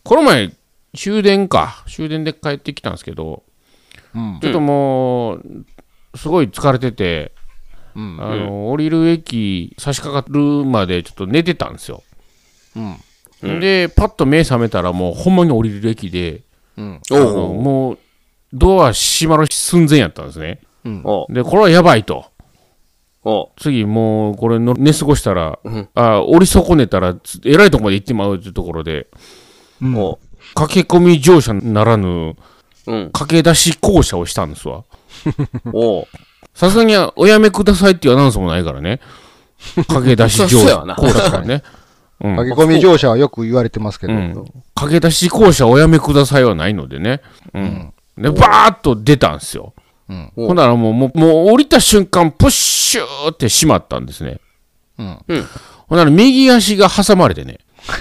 この前終電で帰ってきたんですけど、ちょっともうすごい疲れてて、降りる駅差し掛かるまでちょっと寝てたんですよ。でパッと目覚めたらもうほんまに降りる駅で、もうドア閉まる寸前やったんですね。でこれはやばいと。次もうこれの寝過ごしたら、降り損ねたらえらいとこまで行ってまうというところで、駆け込み乗車ならぬ、駆け出し降車をしたんですわ。さすがにおやめくださいっていうアナウンスもないからね。駆け出し乗車降車からね。 駆け込み乗車はよく言われてますけど、 駆け出し降車おやめくださいはないのでね。でバーッと出たんですよ。ほんならもう降りた瞬間プッシューって閉まったんですね。ほんなら右足が挟まれてね。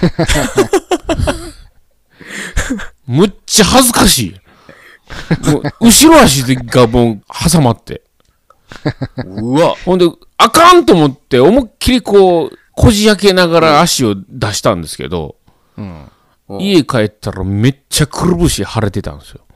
むっちゃ恥ずかしい。もう後ろ足がもう挟まって。うわ。ほんであかんと思って思いっきりこうこじ開けながら足を出したんですけど、家帰ったらめっちゃくるぶし腫れてたんですよ。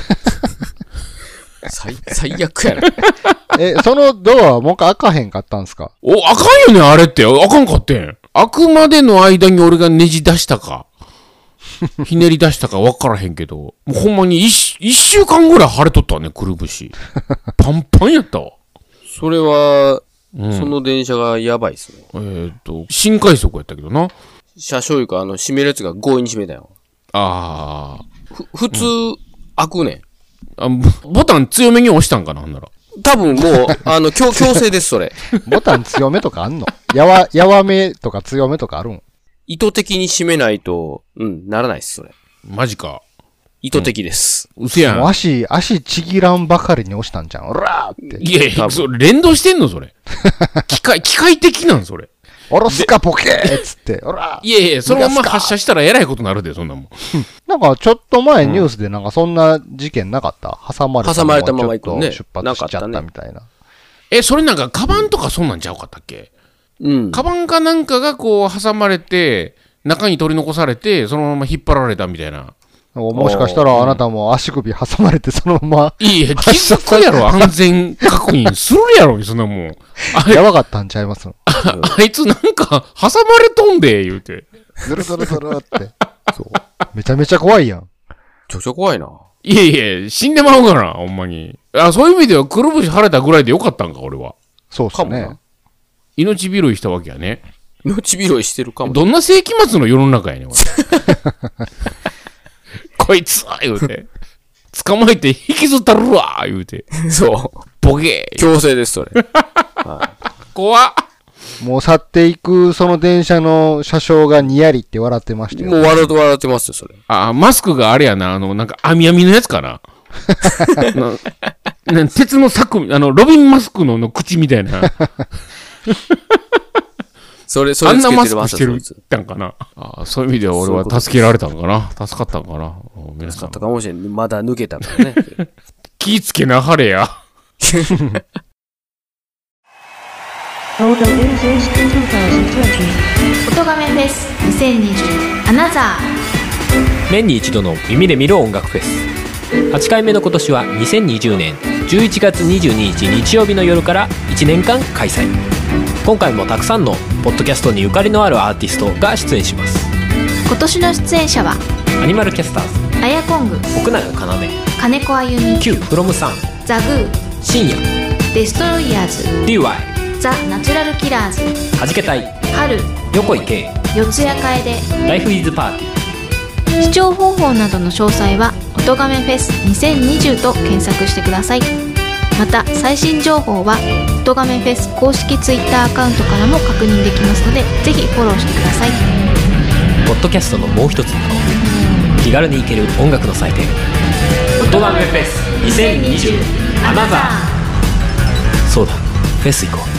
最悪やな。 そのドアはもう一回開かへんかったんすか？ あかんよね、あれって。あかんかってん。開くまでの間に俺がねじ出したか、ひねり出したか分からへんけど、もうほんまに一週間ぐらい腫れとったね、くるぶし。パンパンやったわ。 それは、その電車がやばいっすね。 新快速やったけどな。 車掌いうか、閉めるやつが強引に閉めたよ。普通、開くねん。 ボタン強めに押したんかな、ほんなら。 多分もう、強制です、それ。 ボタン強めとかあんの？やわめとか強めとかあるん？ 意図的に閉めないと、ならないっす、それ。 マジか。 意図的です。 うせやん。 もう足ちぎらんばかりに押したんじゃん。おらーって。 いやいや、それ連動してんのそれ。機械的なんそれ。 おろすかボケーっつって。おらいやいや、そのまま発射したらえらいことになるで、そんなもん。 なんかちょっと前ニュースでなんかそんな事件なかった？挟まれたまま行くね。出発しちゃったみたいな。 それなんかカバンとかそんなんちゃうかったっけ？カバンかなんかがこう挟まれて、中に取り残されて、そのまま引っ張られたみたいな。 もしかしたらあなたも足首挟まれてそのまま。 いや、気づくやろ、安全確認するやろ、そんなもん。 やばかったんちゃいますの？ あいつなんか挟まれとんで、言うて。 ずるずるずるって。そう。めちゃめちゃ怖いやん。めちょちょ怖いな。 いやいや、死んでまうから、ほんまに。そういう意味ではくるぶし腫れたぐらいでよかったんか、俺は。 そうっすね。 命拾いしたわけやね。 命拾いしてるかも。 どんな世紀末の世の中やねん、俺。こいつは言うて。捕まえて引きずったるわ言うて。 そう。 ボケー。 強制です、それ。 怖っ。 もう去っていくその電車の車掌がニヤリって笑ってましたよ。 もう笑ってますよ、それ。 マスクがあれやな、なんか網のやつかな。鉄の柵、ロビンマスクの口みたいな。 それあんなマスクしてるたんかな。そういう意味では俺は助けられたんかな。助かったんかな。 皆さん。助かったかもしれん。まだ抜けたからね。 気ぃつけなはれや。 音亀フェス2020アナザー。 年に一度の耳で見る音楽フェス。8回目の今年は2020年11月22日日曜日の夜から1年間開催。今回もたくさんのポッドキャストにゆかりのあるアーティストが出演します。 今年の出演者はアニマルキャスターズ、 アヤコング、 奥永要、 金子あゆみ、 Q フロムさん、 ザグー、 深夜、 デストロイヤーズ、 DY、 ザ・ナチュラルキラーズ、 はじけたい、 春、 横井圭、 四谷楓、 ライフイズパーティー。 視聴方法などの詳細は音亀フェス2020と検索してください。また最新情報は音亀フェス公式ツイッターアカウントからも確認できますので、ぜひフォローしてください。 ポッドキャストのもう一つの顔、気軽に行ける音楽の祭典、音亀フェス2020アナザー。そうだ、フェス行こう。